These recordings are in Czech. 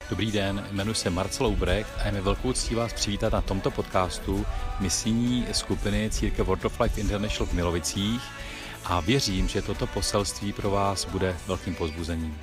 Dobrý den, jmenuji se Marcel Ubrecht a je mi velkou ctí vás přivítat na tomto podcastu misijní skupiny Církev Word of Life International v Milovicích a věřím, že toto poselství pro vás bude velkým povzbuzením.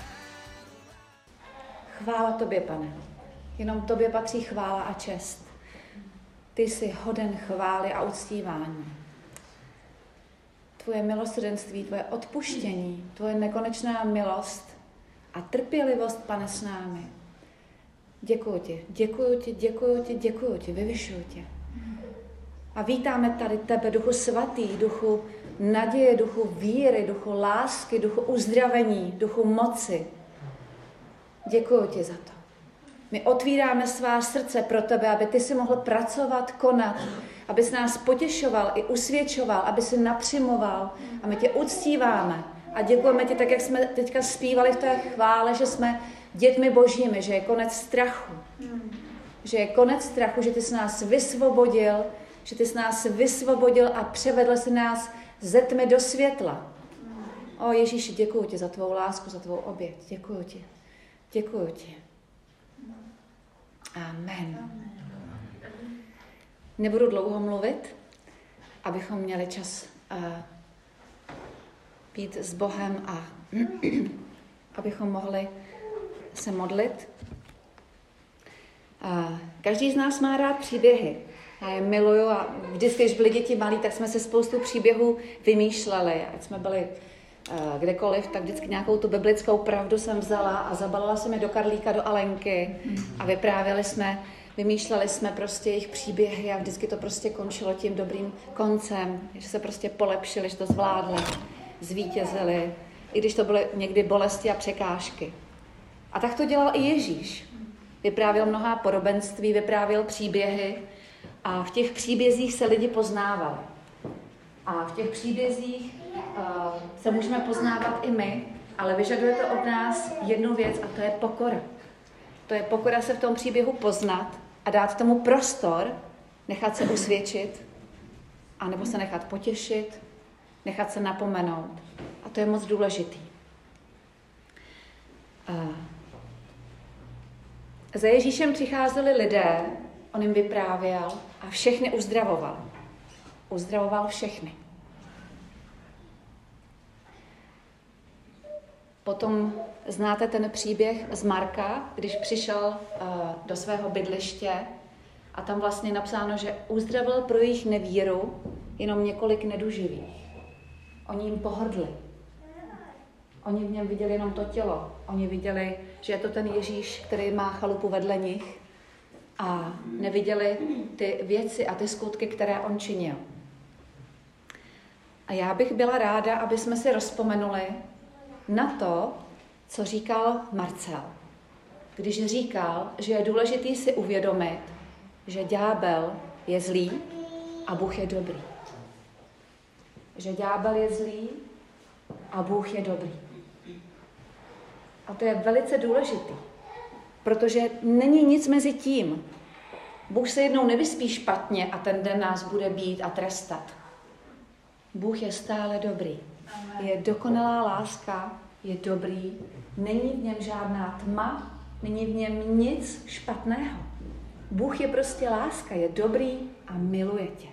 Chvála tobě, Pane. Jenom tobě patří chvála a čest. Ty jsi hoden chvály a uctívání. Tvoje milosrdenství, tvoje odpuštění, tvoje nekonečná milost a trpělivost, Pane, s námi. Děkuju ti, děkuju ti, děkuju ti, děkuju ti, vyvyšuju tě. A vítáme tady tebe, Duchu Svatý, Duchu naděje, Duchu víry, Duchu lásky, Duchu uzdravení, Duchu moci. Děkuju ti za to. My otvíráme svá srdce pro tebe, aby ty si mohl pracovat, konat, abys nás potěšoval i usvědčoval, aby si napřimoval a my tě uctíváme. A děkujeme ti, tak jak jsme teďka zpívali v té chvále, že jsme dětmi božími, že je konec strachu. Že je konec strachu, že ty jsi nás vysvobodil, a převedl si nás ze tmy do světla. O Ježíši, děkuju ti za tvou lásku, za tvou oběť. Děkuju ti. Děkuju ti. Amen. Nebudu dlouho mluvit, abychom měli čas být s Bohem a abychom mohli se modlit. Každý z nás má rád příběhy. Já je miluju a vždycky, když byli děti malí, tak jsme se spoustu příběhů vymýšleli. Ať jsme byli kdekoliv, tak vždycky nějakou tu biblickou pravdu jsem vzala a zabalila jsem je do Karlíka, do Alenky a vymýšleli jsme prostě jejich příběhy a vždycky to prostě končilo tím dobrým koncem, že se prostě polepšili, že to zvládli, zvítězili, i když to byly někdy bolesti a překážky. A tak to dělal i Ježíš. Vyprávěl mnohá podobenství, vyprávěl příběhy a v těch příbězích se lidi poznávali. A v těch příbězích se můžeme poznávat i my, ale vyžaduje to od nás jednu věc a to je pokora. To je pokora se v tom příběhu poznat a dát tomu prostor, nechat se usvědčit, anebo se nechat potěšit, nechat se napomenout. A to je moc důležitý. Za Ježíšem přicházeli lidé, on jim vyprávěl a všechny uzdravoval. Uzdravoval všechny. Potom znáte ten příběh z Marka, když přišel do svého bydliště a tam vlastně napsáno, že uzdravil pro jejich nevíru jenom několik neduživých. Oni jim pohrdli. Oni v něm viděli jenom to tělo. Oni viděli, že je to ten Ježíš, který má chalupu vedle nich a neviděli ty věci a ty skutky, které on činil. A já bych byla ráda, aby jsme si rozpomenuli na to, co říkal Marcel. Když říkal, že je důležitý si uvědomit, že ďábel je zlý a Bůh je dobrý. Že ďábel je zlý a Bůh je dobrý. A to je velice důležitý, protože není nic mezi tím. Bůh se jednou nevyspí špatně a ten den nás bude bít a trestat. Bůh je stále dobrý. Je dokonalá láska, je dobrý, není v něm žádná tma, není v něm nic špatného. Bůh je prostě láska, je dobrý a miluje tě.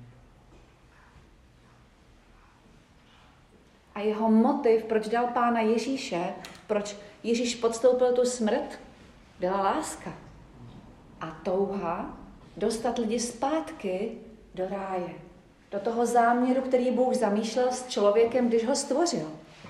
A jeho motiv, proč dal Pána Ježíše, proč Ježíš podstoupil tu smrt, byla láska. A touha dostat lidi zpátky do ráje. Do toho záměru, který Bůh zamýšlel s člověkem, když ho stvořil.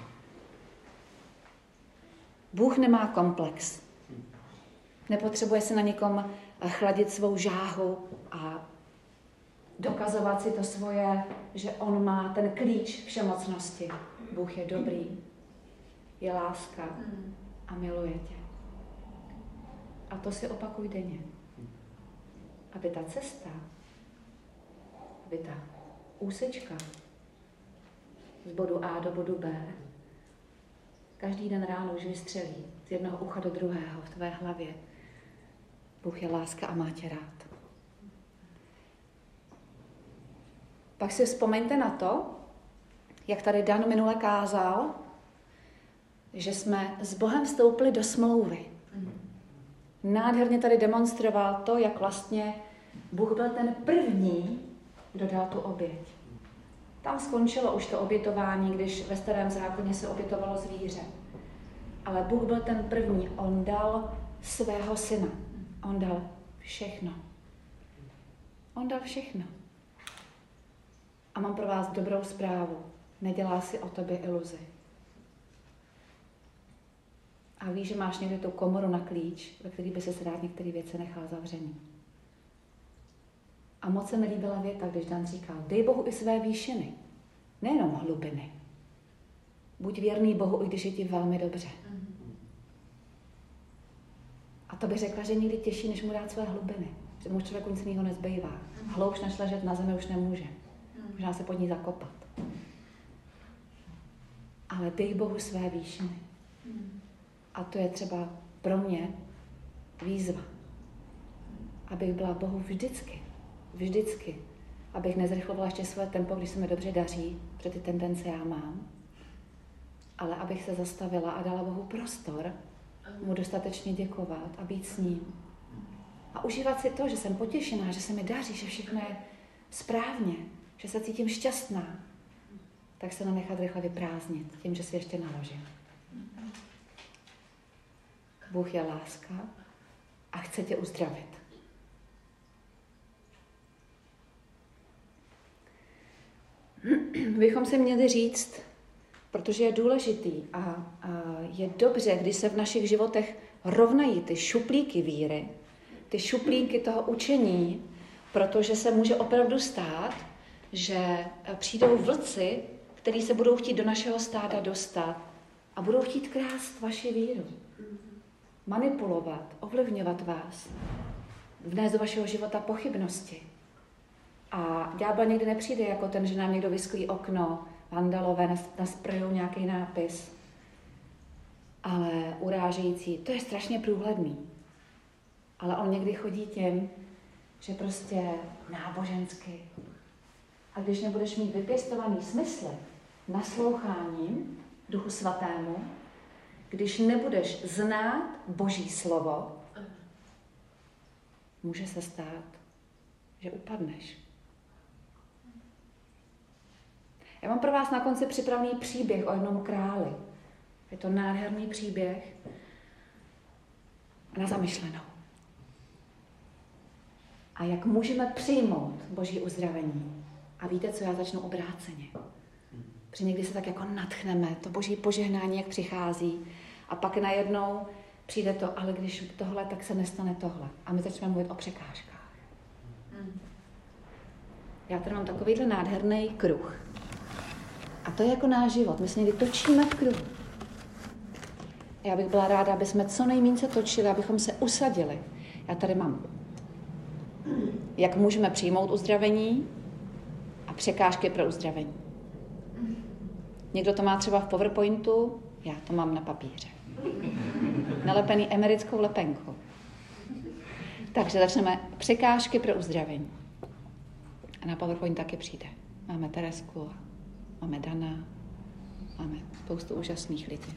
Bůh nemá komplex. Nepotřebuje se na někom chladit svou žáhu a dokazovat si to svoje, že on má ten klíč všemocnosti. Bůh je dobrý, je láska a miluje tě. A to si opakuj denně. Aby ta cesta, aby ta úsečka z bodu A do bodu B každý den ráno už vystřelí z jednoho ucha do druhého v tvé hlavě. Bůh je láska a má tě rád. Pak si vzpomeňte na to, jak tady Dan minule kázal, že jsme s Bohem vstoupili do smlouvy. nádherně tady demonstroval to, jak vlastně Bůh byl ten první, kdo dal tu oběť. Tam skončilo už to obětování, když ve Starém zákoně se obětovalo zvíře. Ale Bůh byl ten první, on dal svého syna. On dal všechno. On dal všechno. A mám pro vás dobrou zprávu. Nedělá si o tobě iluzi. A víš, že máš někde tu komoru na klíč, ve který by se rád některé věci nechal zavřený. A moc se mi líbila věta, když Dan říkal, dej Bohu i své výšiny, nejenom hlubiny. Buď věrný Bohu, i když je ti velmi dobře. A to bych řekla, že někdy těžší, než mu dát své hlubiny. Že mu člověku nic jiného nezbývá. Hloubš než ležet na zemi už nemůže. Možná se pod ní zakopat. Ale dej Bohu své výšiny. A to je třeba pro mě výzva. Abych byla Bohu vždycky. Abych nezrychlovala ještě své tempo, když se mi dobře daří, protože ty tendence já mám. Ale abych se zastavila a dala Bohu prostor, mu dostatečně děkovat a být s ním. A užívat si to, že jsem potěšená, že se mi daří, že všechno je správně, že se cítím šťastná, tak se nenechat rychle vyprázdnit tím, že si ještě naložím. Bůh je láska a chce tě uzdravit. Bychom si měli říct, protože je důležitý a je dobře, když se v našich životech rovnají ty šuplíky víry, ty šuplíky toho učení, protože se může opravdu stát, že přijdou vlci, kteří se budou chtít do našeho stáda dostat a budou chtít krást vaši víru. Manipulovat, ovlivňovat vás, vnést do vašeho života pochybnosti. A ďábel někdy nepřijde jako ten, že nám někdo vysklí okno, vandalové nasprejou nějaký nápis, ale urážející. To je strašně průhledný. Ale on někdy chodí tím, že prostě nábožensky. A když nebudeš mít vypěstovaný smysl nasloucháním Duchu Svatému, když nebudeš znát Boží slovo, může se stát, že upadneš. Já mám pro vás na konci připravený příběh o jednom králi. Je to nádherný příběh na zamyšlenou. A jak můžeme přijmout Boží uzdravení. A víte, co, já začnu obráceně. Protože někdy se tak jako nadchneme, to Boží požehnání, jak přichází. A pak najednou přijde to, ale když tohle, tak se nestane tohle. A my začneme mluvit o překážkách. Já tady mám takovýhle nádherný kruh. A to je jako náš život. My se někdy točíme v kruhu. Já bych byla ráda, aby jsme co nejméně se točili, abychom se usadili. Já tady mám, jak můžeme přijmout uzdravení a překážky pro uzdravení. Někdo to má třeba v PowerPointu, já to mám na papíře. Nalepený emerickou lepenkou. Takže začneme překážky pro uzdravení. A na PowerPoint taky přijde. Máme Teresku, máme Dana, máme spoustu úžasných lidí.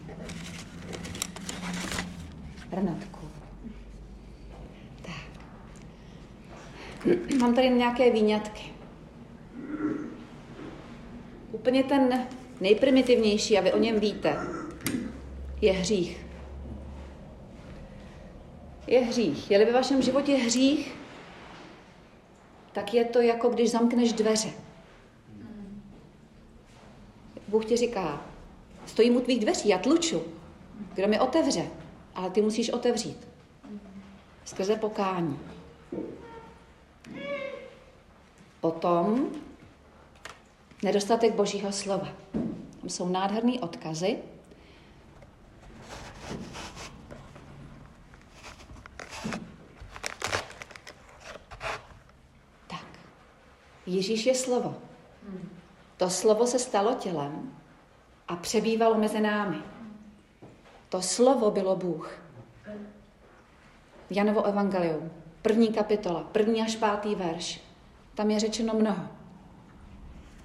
Renatku. Tak. Mám tady nějaké výňatky. Úplně ten nejprimitivnější, a vy o něm víte, je hřích. Je hřích. Je-li ve vašem životě hřích, tak je to jako když zamkneš dveře. Bůh ti říká, stojím u tvých dveří, já tluču. Kdo mi otevře? Ale ty musíš otevřít. Skrze pokání. Potom nedostatek Božího slova. Tam jsou nádherný odkazy. Tak. Ježíš je slovo. To slovo se stalo tělem a přebývalo mezi námi. To slovo bylo Bůh. Janovo evangelium, 1. kapitola, 1. až 5. verš. Tam je řečeno mnoho.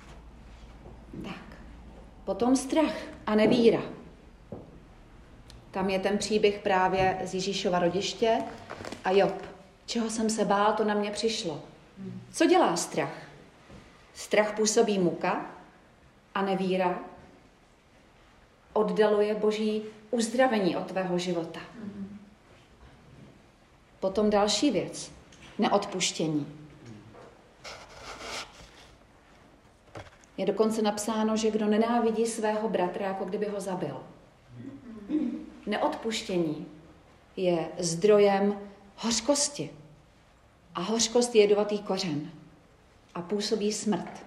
Tak. Potom strach a nevíra. Tam je ten příběh právě z Ježíšova rodiště a Job. Čeho jsem se bál, to na mě přišlo. Co dělá strach? Strach působí muka a nevíra oddaluje Boží uzdravení od tvého života. Potom další věc. Neodpuštění. Je dokonce napsáno, že kdo nenávidí svého bratra, jako kdyby ho zabil. Neodpuštění je zdrojem hořkosti. A hořkost je jedovatý kořen. A působí smrt.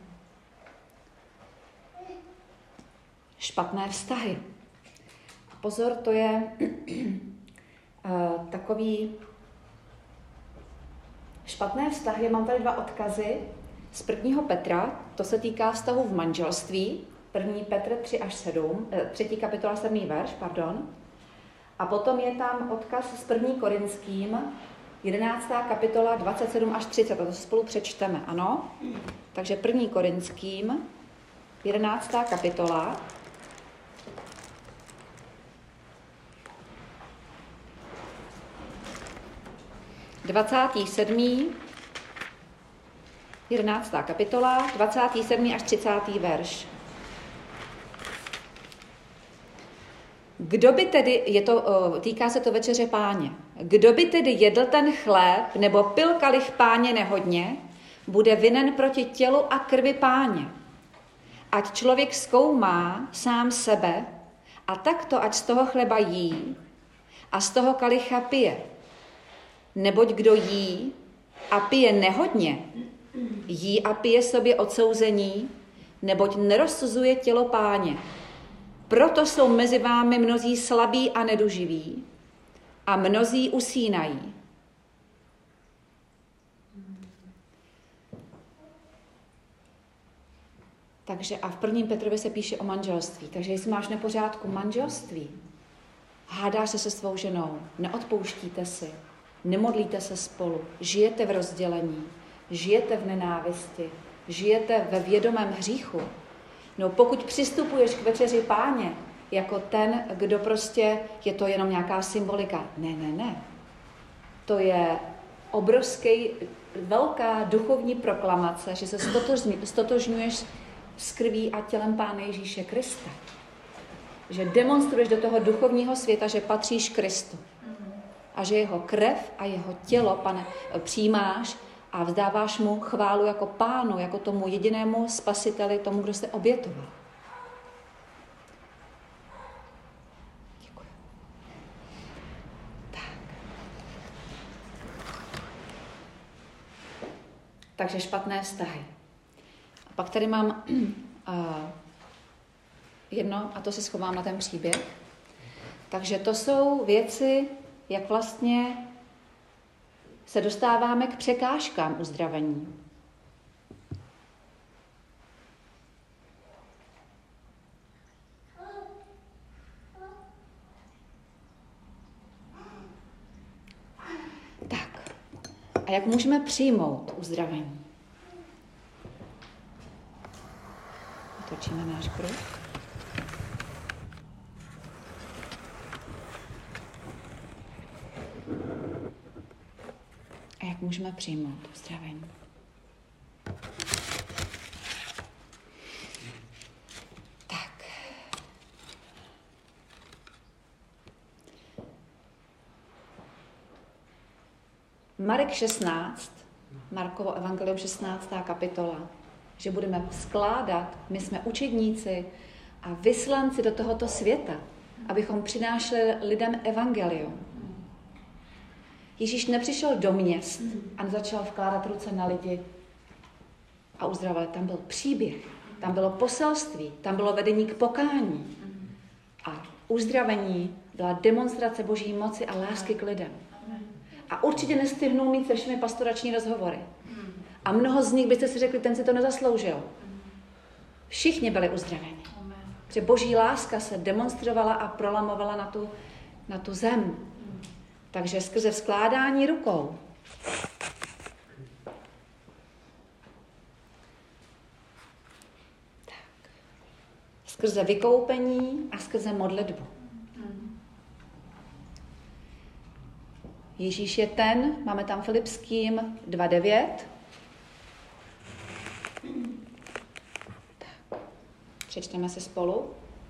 Špatné vztahy. A pozor, to je takový špatné vztahy. Mám tady 2 odkazy z 1. Petra. To se týká vztahu v manželství. 1. Petr 3 kapitola 7. verš, pardon. A potom je tam odkaz z 1. Korinským, 11. kapitola 27 až 30. To spolu přečteme, ano? Takže 1. Korinským, 11. kapitola, 27. 11. kapitola, 27. až 30. verš. Kdo by tedy, týká se to večeře Páně, kdo by tedy jedl ten chléb nebo pil kalich Páně nehodně, bude vinen proti tělu a krvi Páně. Ať člověk zkoumá sám sebe a takto ať z toho chleba jí a z toho kalicha pije. Neboť kdo jí a pije nehodně, jí a pije sobě odsouzení, neboť nerozsuzuje tělo Páně. Proto jsou mezi vámi mnozí slabí a neduživí a mnozí usínají. Takže a v 1. Petrovi se píše o manželství. Takže jestli máš nepořádku manželství, hádáš se svou ženou, neodpouštíte si, nemodlíte se spolu, žijete v rozdělení, žijete v nenávisti, žijete ve vědomém hříchu. No pokud přistupuješ k večeři Páně jako ten, kdo prostě, je to jenom nějaká symbolika. Ne. To je velká duchovní proklamace, že se stotožňuješ s krví a tělem Pána Ježíše Krista. Že demonstruješ do toho duchovního světa, že patříš Kristu. A že jeho krev a jeho tělo, Pane, přijímáš a vzdáváš mu chválu jako Pánu, jako tomu jedinému spasiteli, tomu, kdo se obětoval. Děkuji. Takže špatné vztahy. A pak tady mám jedno, a to se schovám na ten příběh. Takže to jsou věci, jak vlastně se dostáváme k překážkám uzdravení. Tak. A jak můžeme přijmout uzdravení? Otočíme náš kruh. A jak můžeme přijmout uzdravení? Tak. Marek 16, Markovo evangelium 16. kapitola, že budeme skládat, my jsme učedníci a vyslanci do tohoto světa, abychom přinášeli lidem evangelium. Ježíš nepřišel do měst a začal vkládat ruce na lidi a uzdravoval. Tam byl příběh, tam bylo poselství, tam bylo vedení k pokání. A uzdravení byla demonstrace Boží moci a lásky k lidem. A určitě nestihnul mít se všemi pastorační rozhovory. A mnoho z nich byste si řekli, ten si to nezasloužil. Všichni byli uzdraveni. Protože Boží láska se demonstrovala a prolamovala na tu zem. Takže skrze vzkládání rukou. Tak. Skrze vykoupení a skrze modlitbu. Ježíš je ten, máme tam Filipským 2:9. Tak, přečteme se spolu.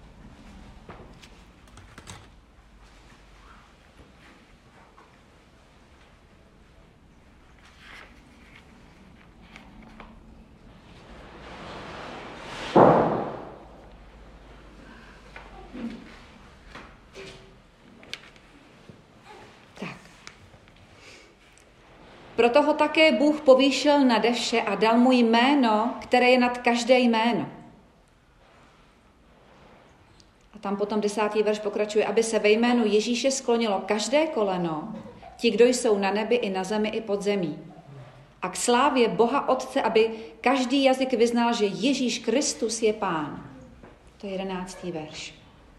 Proto ho také Bůh povýšil nade vše a dal mu jméno, které je nad každé jméno. A tam potom 10. verš pokračuje, aby se ve jménu Ježíše sklonilo každé koleno, ti, kdo jsou na nebi i na zemi i pod zemí. A k slávě Boha Otce, aby každý jazyk vyznal, že Ježíš Kristus je Pán. To je 11. verš.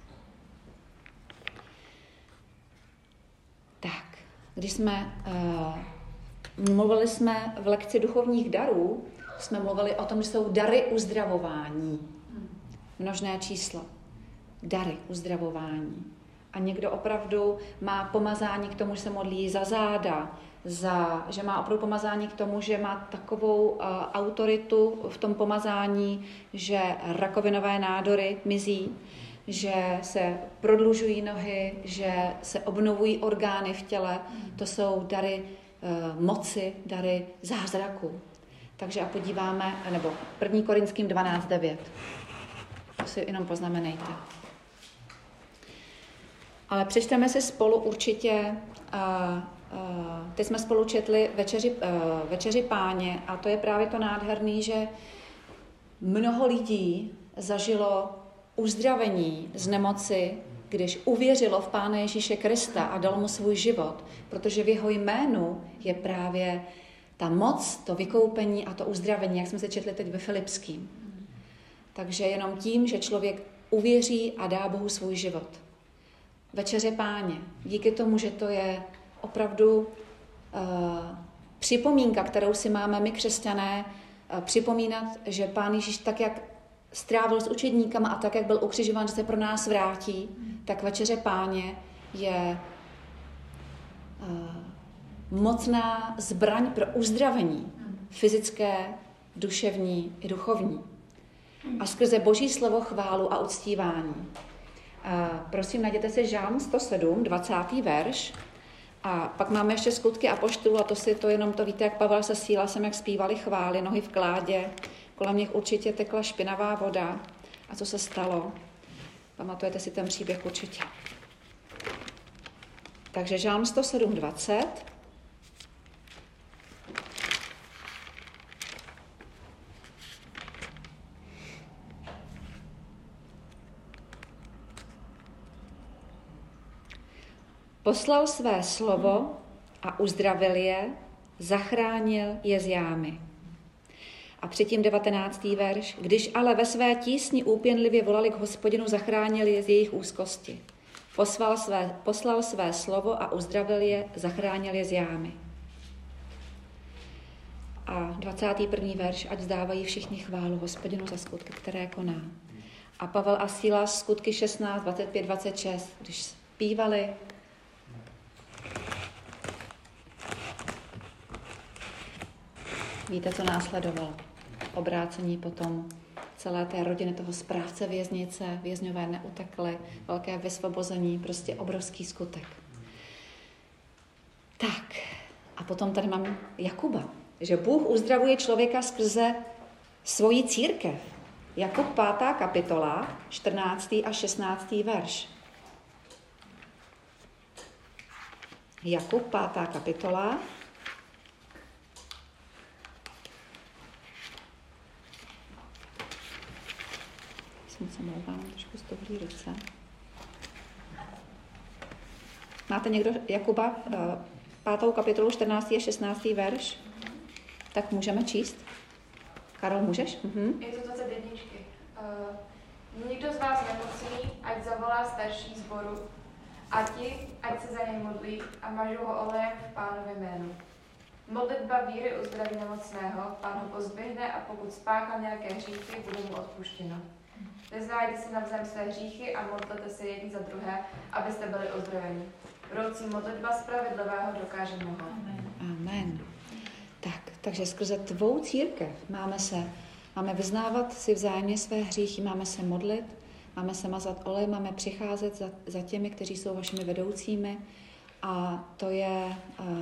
Tak, když jsme... Mluvili jsme v lekci duchovních darů, jsme mluvili o tom, že jsou dary uzdravování. Množné číslo. Dary uzdravování. A někdo opravdu má pomazání k tomu, že se modlí za záda, že má opravdu pomazání k tomu, že má takovou autoritu v tom pomazání, že rakovinové nádory mizí, že se prodlužují nohy, že se obnovují orgány v těle. To jsou dary moci, dary zázraku. Takže a podíváme, nebo 1. Korinským 12:9. To si jenom poznamenejte. Ale přečteme si spolu určitě, teď jsme spolu četli večeři Páně a to je právě to nádherný, že mnoho lidí zažilo uzdravení z nemoci, když uvěřilo v Pána Ježíše Krista a dal mu svůj život, protože v jeho jménu je právě ta moc, to vykoupení a to uzdravení, jak jsme se četli teď ve Filipským. Takže jenom tím, že člověk uvěří a dá Bohu svůj život. Večeře Páně, díky tomu, že to je opravdu připomínka, kterou si máme my křesťané připomínat, že Pán Ježíš tak, jak strávil s učedníkama a tak, jak byl ukřižován, že se pro nás vrátí, tak Večeře Páně je mocná zbraň pro uzdravení fyzické, duševní i duchovní. A skrze Boží slovo chválu a uctívání. Prosím, najděte si Žálm 107, 20. verš. A pak máme ještě Skutky apoštolů a to jenom to víte, jak Pavel se Sílasem, jak zpívali chvály, nohy v kládě. Kolem nich určitě tekla špinavá voda. A co se stalo? Pamatujete si ten příběh určitě. Takže Žálm 107, 20. Poslal své slovo a uzdravil je, zachránil je z jámy. A předtím 19. verš. Když ale ve své tísni úpěnlivě volali k Hospodinu, zachránil je z jejich úzkosti. Poslal své slovo a uzdravil je, zachránil je z jámy. A 21. verš. Ať vzdávají všichni chválu Hospodinu za skutky, které koná. A Pavel a Sílas, Skutky 16, 25, 26. Když zpívali, víte, co následovalo? Obrácení potom celé té rodiny toho správce věznice, vězňové neutekli, velké vysvobození, prostě obrovský skutek. Tak, a potom tady mám Jakuba, že Bůh uzdravuje člověka skrze svoji církev. Jakub 5. kapitola, 14. a 16. verš. Jakub 5. kapitola, se mluvám, trošku stuhlý ruce. Máte někdo Jakuba 5. kapitolu 14. a 16. verš? Tak můžeme číst. Karol, můžeš? Je to 21. Nikdo z vás nemocný, ať zavolá starší sboru a ti, ať se za něj modlí a mažou ho olejem v Pánově jménu. Modlitba víry uzdraví nemocného, Pán ho pozdvihne a pokud spáchal nějaké hříchy, bude mu odpuštěno. Vyznávajte si navzájem své hříchy a modlete se jedni za druhé, abyste byli ozdraveni. Budoucí modlitba spravedlivého dokáže mnoho. Amen. Takže skrze tvou církev máme vyznávat si vzájemně své hříchy, máme se modlit, máme se mazat olej, máme přicházet za těmi, kteří jsou vašimi vedoucími a to je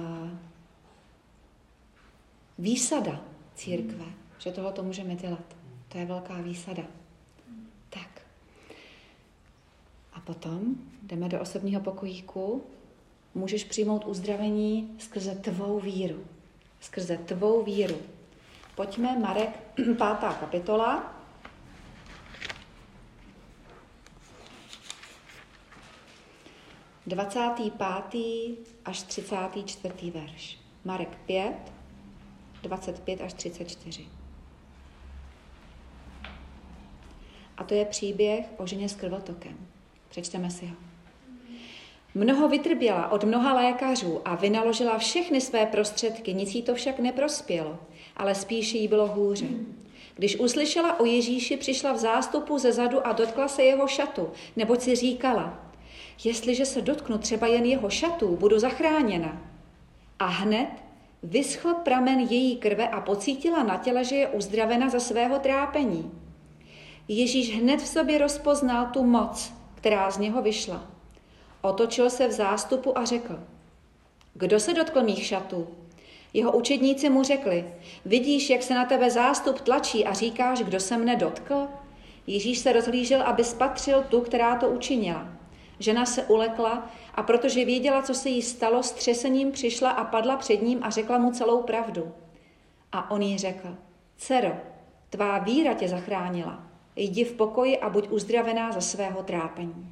výsada církve, že tohle můžeme dělat. To je velká výsada. Tak. A potom jdeme do osobního pokojíku. Můžeš přijmout uzdravení skrze tvou víru. Skrze tvou víru. Pojďme, Marek, 5. kapitola. (25. až 34. verš. Marek 5, 25 až 34. A to je příběh o ženě s krvotokem. Přečteme si ho. Mnoho vytrpěla od mnoha lékařů a vynaložila všechny své prostředky, nic jí to však neprospělo, ale spíše jí bylo hůře. Když uslyšela o Ježíši, přišla v zástupu ze zadu a dotkla se jeho šatu, neboť si říkala, jestliže se dotknu třeba jen jeho šatů, budu zachráněna. A hned vyschl pramen její krve a pocítila na těle, že je uzdravena za svého trápení. Ježíš hned v sobě rozpoznal tu moc, která z něho vyšla. Otočil se v zástupu a řekl, kdo se dotkl mých šatů? Jeho učedníci mu řekli, vidíš, jak se na tebe zástup tlačí a říkáš, kdo se mne dotkl? Ježíš se rozhlížel, aby spatřil tu, která to učinila. Žena se ulekla a protože věděla, co se jí stalo, s třesením přišla a padla před ním a řekla mu celou pravdu. A on jí řekl, dcero, tvá víra tě zachránila. Jdi v pokoji a buď uzdravená za svého trápení.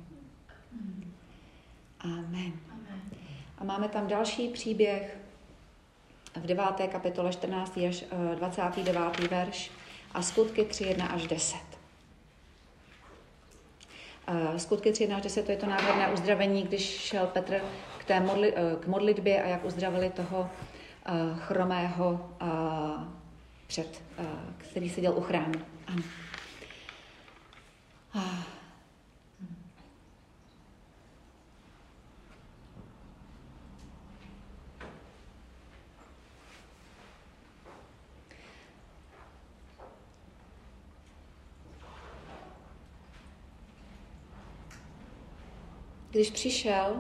Amen. A máme tam další příběh v 9. kapitole 14. až 29. verš a skutky 3.1 až 10. Skutky 3.1 až 10, to je to nádherné uzdravení, když šel Petr k modlitbě a jak uzdravili toho chromého, který seděl u chrámu. Ano. Když přišel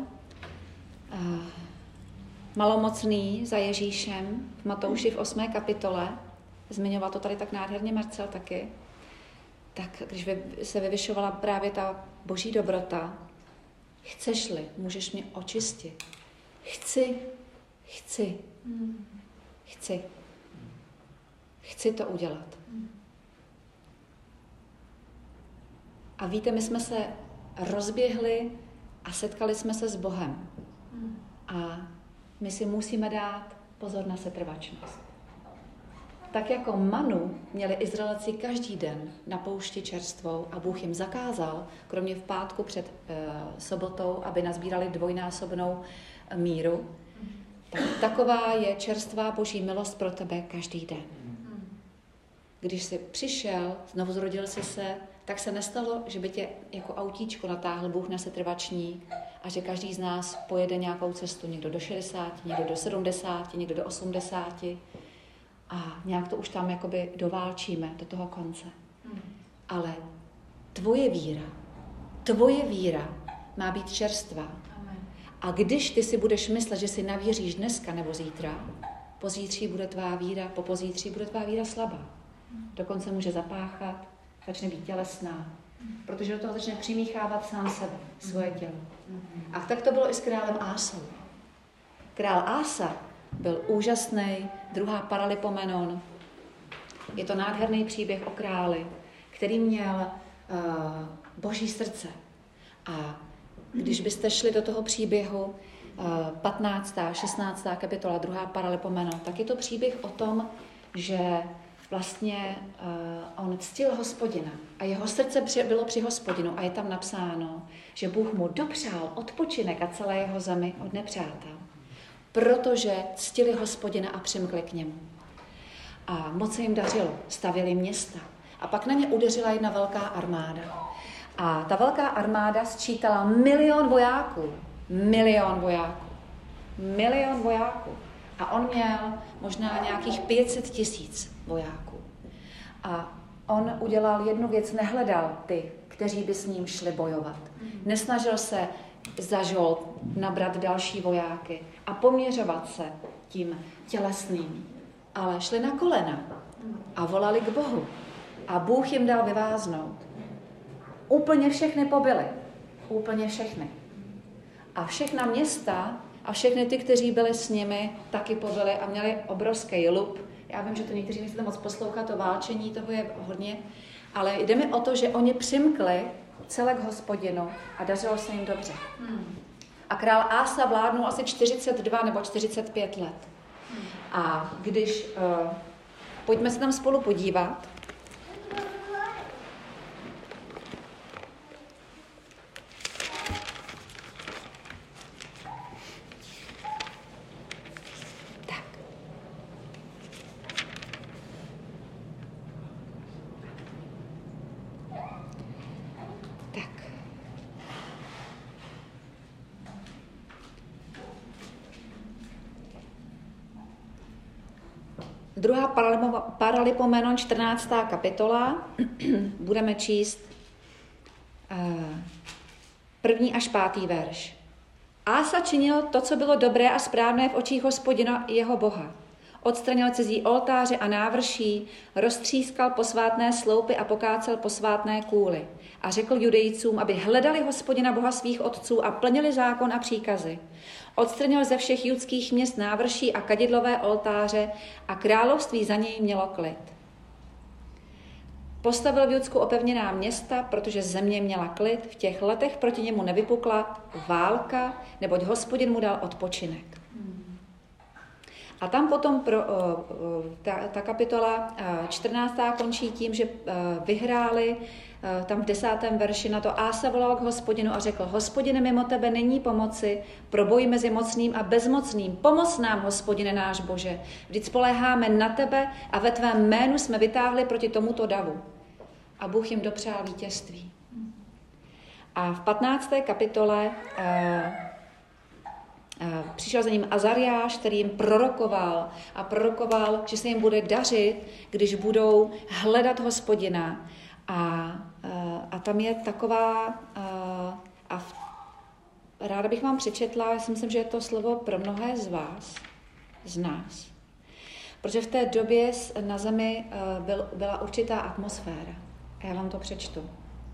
malomocný za Ježíšem v Matouši v 8. kapitole, zmiňoval to tady tak nádherně Marcel taky, tak když se vyvyšovala právě ta boží dobrota, chceš-li, můžeš mě očistit. Chci to udělat. A víte, my jsme se rozběhli a setkali jsme se s Bohem. A my si musíme dát pozor na setrvačnost. Tak jako manu měli Izraelci každý den na poušti čerstvou a Bůh jim zakázal, kromě v pátku před sobotou, aby nazbírali dvojnásobnou míru, tak taková je čerstvá boží milost pro tebe každý den. Když jsi přišel, znovu zrodil jsi se, tak se nestalo, že by tě jako autíčko natáhl Bůh na setrvačník a že každý z nás pojede nějakou cestu, někdo do 60, někdo do 70, někdo do 80 a nějak to už tam jakoby doválčíme do toho konce. Ale tvoje víra má být čerstvá. A když ty si budeš myslet, že si navěříš dneska nebo zítra, pozítří bude tvá víra, po pozítří bude tvá víra slabá. Dokonce může zapáchat, začne být tělesná, protože do toho začne přimíchávat sám sebe, svoje tělo. A tak to bylo i s králem Ásou. Král Ása byl úžasný, druhá Paralipomenon. Je to nádherný příběh o králi, který měl boží srdce. A když byste šli do toho příběhu 15., 16. kapitola, druhá Paralipomenon, tak je to příběh o tom, že vlastně on ctil Hospodina a jeho srdce bylo při Hospodinu a je tam napsáno, že Bůh mu dopřál odpočinek a celé jeho zemi od nepřátel, protože ctili Hospodina a přimkli k němu. A moc se jim dařilo, stavěli města a pak na ně udeřila jedna velká armáda. A ta velká armáda sčítala 1 000 000 vojáků milion vojáků. Milion vojáků. A on měl možná nějakých 500 000 vojáků. A on udělal jednu věc, nehledal ty, kteří by s ním šli bojovat. Nesnažil se za žolt nabrat další vojáky a poměřovat se tím tělesným, ale šli na kolena a volali k Bohu. A Bůh jim dal vyváznout. Úplně všechny pobili. Úplně všechny. A všechna města a všechny ty, kteří byli s nimi, taky pobili a měli obrovský lup. Já vím, že to někteří nechcete moc poslouchat, to válčení, toho je hodně, ale jde mi o to, že oni přimkli celé k Hospodinu a dařilo se jim dobře. A král Ása vládnul asi 42 nebo 45 let. A když, pojďme se tam spolu podívat, Druhá Paralipomenon, 14. kapitola, budeme číst 1. až 5. verš. Ása činil to, co bylo dobré a správné v očích Hospodina jeho Boha. Odstranil cizí oltáře a návrší, roztřískal posvátné sloupy a pokácel posvátné kůly. A řekl Judejcům, aby hledali Hospodina Boha svých otců a plnili zákon a příkazy. Odstranil ze všech judských měst návrší a kadidlové oltáře a království za něj mělo klid. Postavil v Judsku opevněná města, protože země měla klid. V těch letech proti němu nevypukla válka, neboť Hospodin mu dal odpočinek. A tam potom ta kapitola 14. končí tím, že vyhráli tam v 10. verši na to Ása volal k Hospodinu a řekl: Hospodine, mimo tebe není pomoci pro boj mezi mocným a bezmocným. Pomoz nám, Hospodine náš Bože. Vždyť spoléháme na tebe a ve tvém jménu jsme vytáhli proti tomuto davu. A Bůh jim dopřál vítězství. A v 15. kapitole přišel za ním Azariáš, který jim prorokoval, že se jim bude dařit, když budou hledat Hospodina. A tam je taková, ráda bych vám přečetla, já si myslím, že je to slovo pro mnohé z vás, z nás. Protože v té době na zemi byla určitá atmosféra. A já vám to přečtu.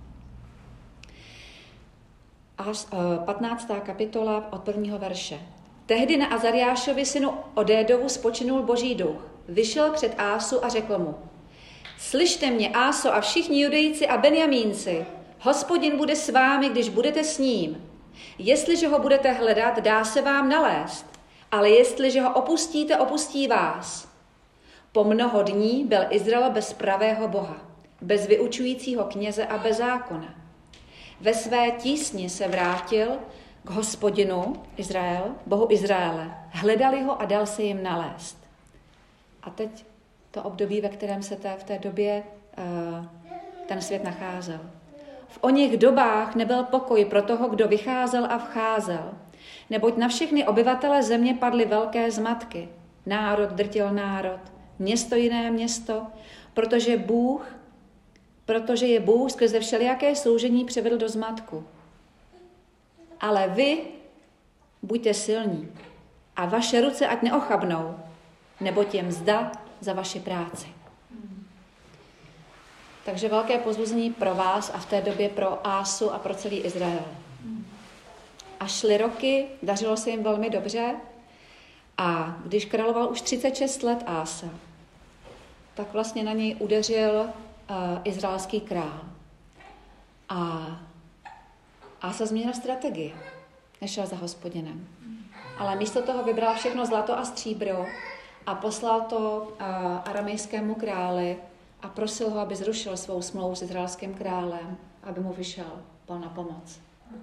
15. kapitola od 1. verše. Tehdy na Azariášovi synu Odédovu spočinul Boží duch. Vyšel před Ásu a řekl mu: Slyšte mě, Áso, a všichni Judejci a Benjamínci, Hospodin bude s vámi, když budete s ním. Jestliže ho budete hledat, dá se vám nalézt, ale jestliže ho opustíte, opustí vás. Po mnoho dní byl Izrael bez pravého Boha, bez vyučujícího kněze a bez zákona. Ve své tísni se vrátil k Hospodinu, Bohu Izraele. Hledali ho a dal se jim nalézt. A teď to období, ve kterém se v té době ten svět nacházel. V oněch dobách nebyl pokoj pro toho, kdo vycházel a vcházel, neboť na všechny obyvatele země padly velké zmatky. Národ drtil národ, město jiné město, protože je Bůh skrze všelijaké soužení převedl do zmatku. Ale vy buďte silní a vaše ruce ať neochabnou, neboť je mzda za vaši práci. Takže velké povzbuzení pro vás a v té době pro Ásu a pro celý Izrael. A šly roky, dařilo se jim velmi dobře a když královal už 36 let Ása, tak vlastně na něj udeřil izraelský král. A Ása změnil strategii. Nešel za Hospodinem. Ale místo toho vybral všechno zlato a stříbro a poslal to aramejskému králi a prosil ho, aby zrušil svou smlouvu s izraelským králem, aby mu vyšel na pomoc.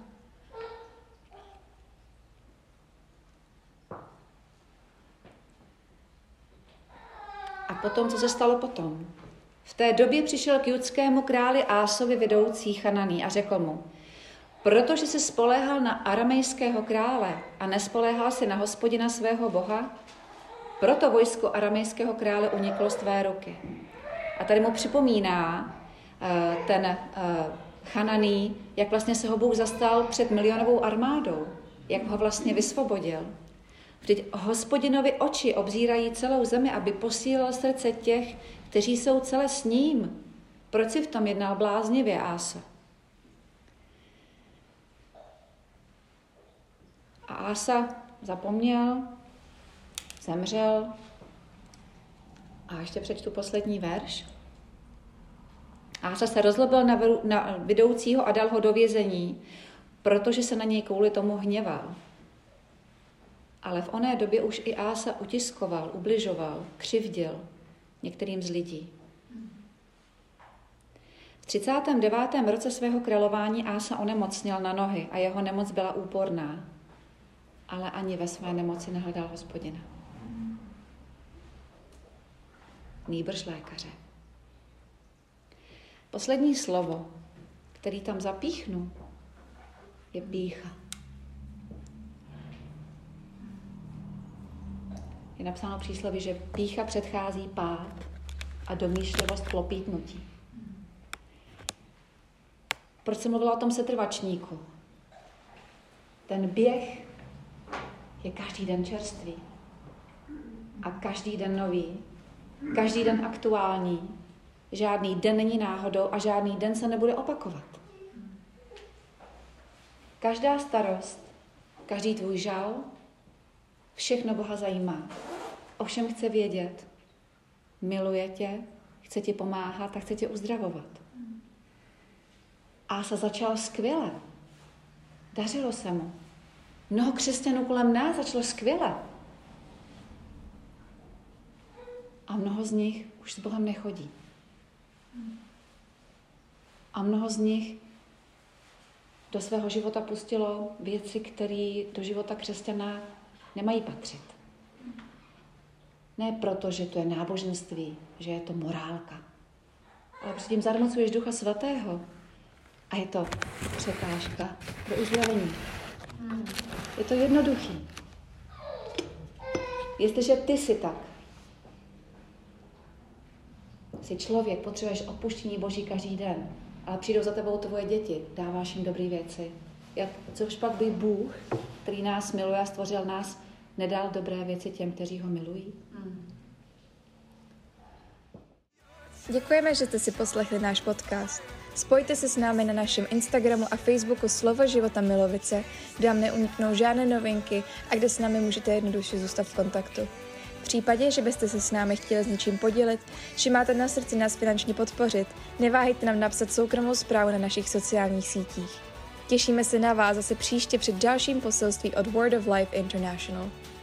A potom, co se stalo potom? V té době přišel k judskému králi Ásovi vedoucí Chananý a řekl mu: Protože se spoléhal na aramejského krále a nespoléhal se na Hospodina svého Boha, proto vojsko aramejského krále uniklo z tvé ruky. A tady mu připomíná ten Chananý, jak vlastně se ho Bůh zastal před milionovou armádou, jak ho vlastně vysvobodil. Vždyť Hospodinovi oči obzírají celou zemi, aby posílil srdce těch, kteří jsou celé s ním. Proč si v tom jednal bláznivě, Áso? A Ása zapomněl, zemřel. A ještě přečtu poslední verš. Ása se rozlobil na vedoucího a dal ho do vězení, protože se na něj kvůli tomu hněval. Ale v oné době už i Ása utiskoval, ubližoval, křivdil některým z lidí. V 39. roce svého králování Ása onemocněl na nohy a jeho nemoc byla úporná. Ale ani ve své nemoci nehledal Hospodina. Nýbrž lékaře. Poslední slovo, který tam zapíchnu, je pýcha. Je napsáno přísloví, že pýcha předchází pád a domýšlivost klopítnutí. Proč jsem mluvila o tom setrvačníku? Ten běh je každý den čerstvý a každý den nový, každý den aktuální. Žádný den není náhodou a žádný den se nebude opakovat. Každá starost, každý tvůj žal, všechno Boha zajímá. Ovšem chce vědět, miluje tě, chce ti pomáhat a chce tě uzdravovat. Ása začal skvěle. Dařilo se mu. Mnoho křesťanů kolem nás začalo skvěle. A mnoho z nich už s Bohem nechodí. A mnoho z nich do svého života pustilo věci, které do života křesťana nemají patřit. Ne proto, že to je náboženství, že je to morálka. Ale předtím zarmocuješ Ducha Svatého a je to překážka pro uzdravení. Je to jednoduchý. Jestliže ty jsi tak, jsi člověk, potřebuješ odpuštění Boží každý den, ale přijdou za tebou tvoje děti, dáváš jim dobré věci. Což pak by Bůh, který nás miluje a stvořil nás, nedal dobré věci těm, kteří ho milují? Děkujeme, že jste si poslechli náš podcast. Spojte se s námi na našem Instagramu a Facebooku Slovo života Milovice, kde vám neuniknou žádné novinky a kde s námi můžete jednoduše zůstat v kontaktu. V případě, že byste se s námi chtěli s něčím podělit, že máte na srdci nás finančně podpořit, neváhejte nám napsat soukromou zprávu na našich sociálních sítích. Těšíme se na vás zase příště při dalším poselství od Word of Life International.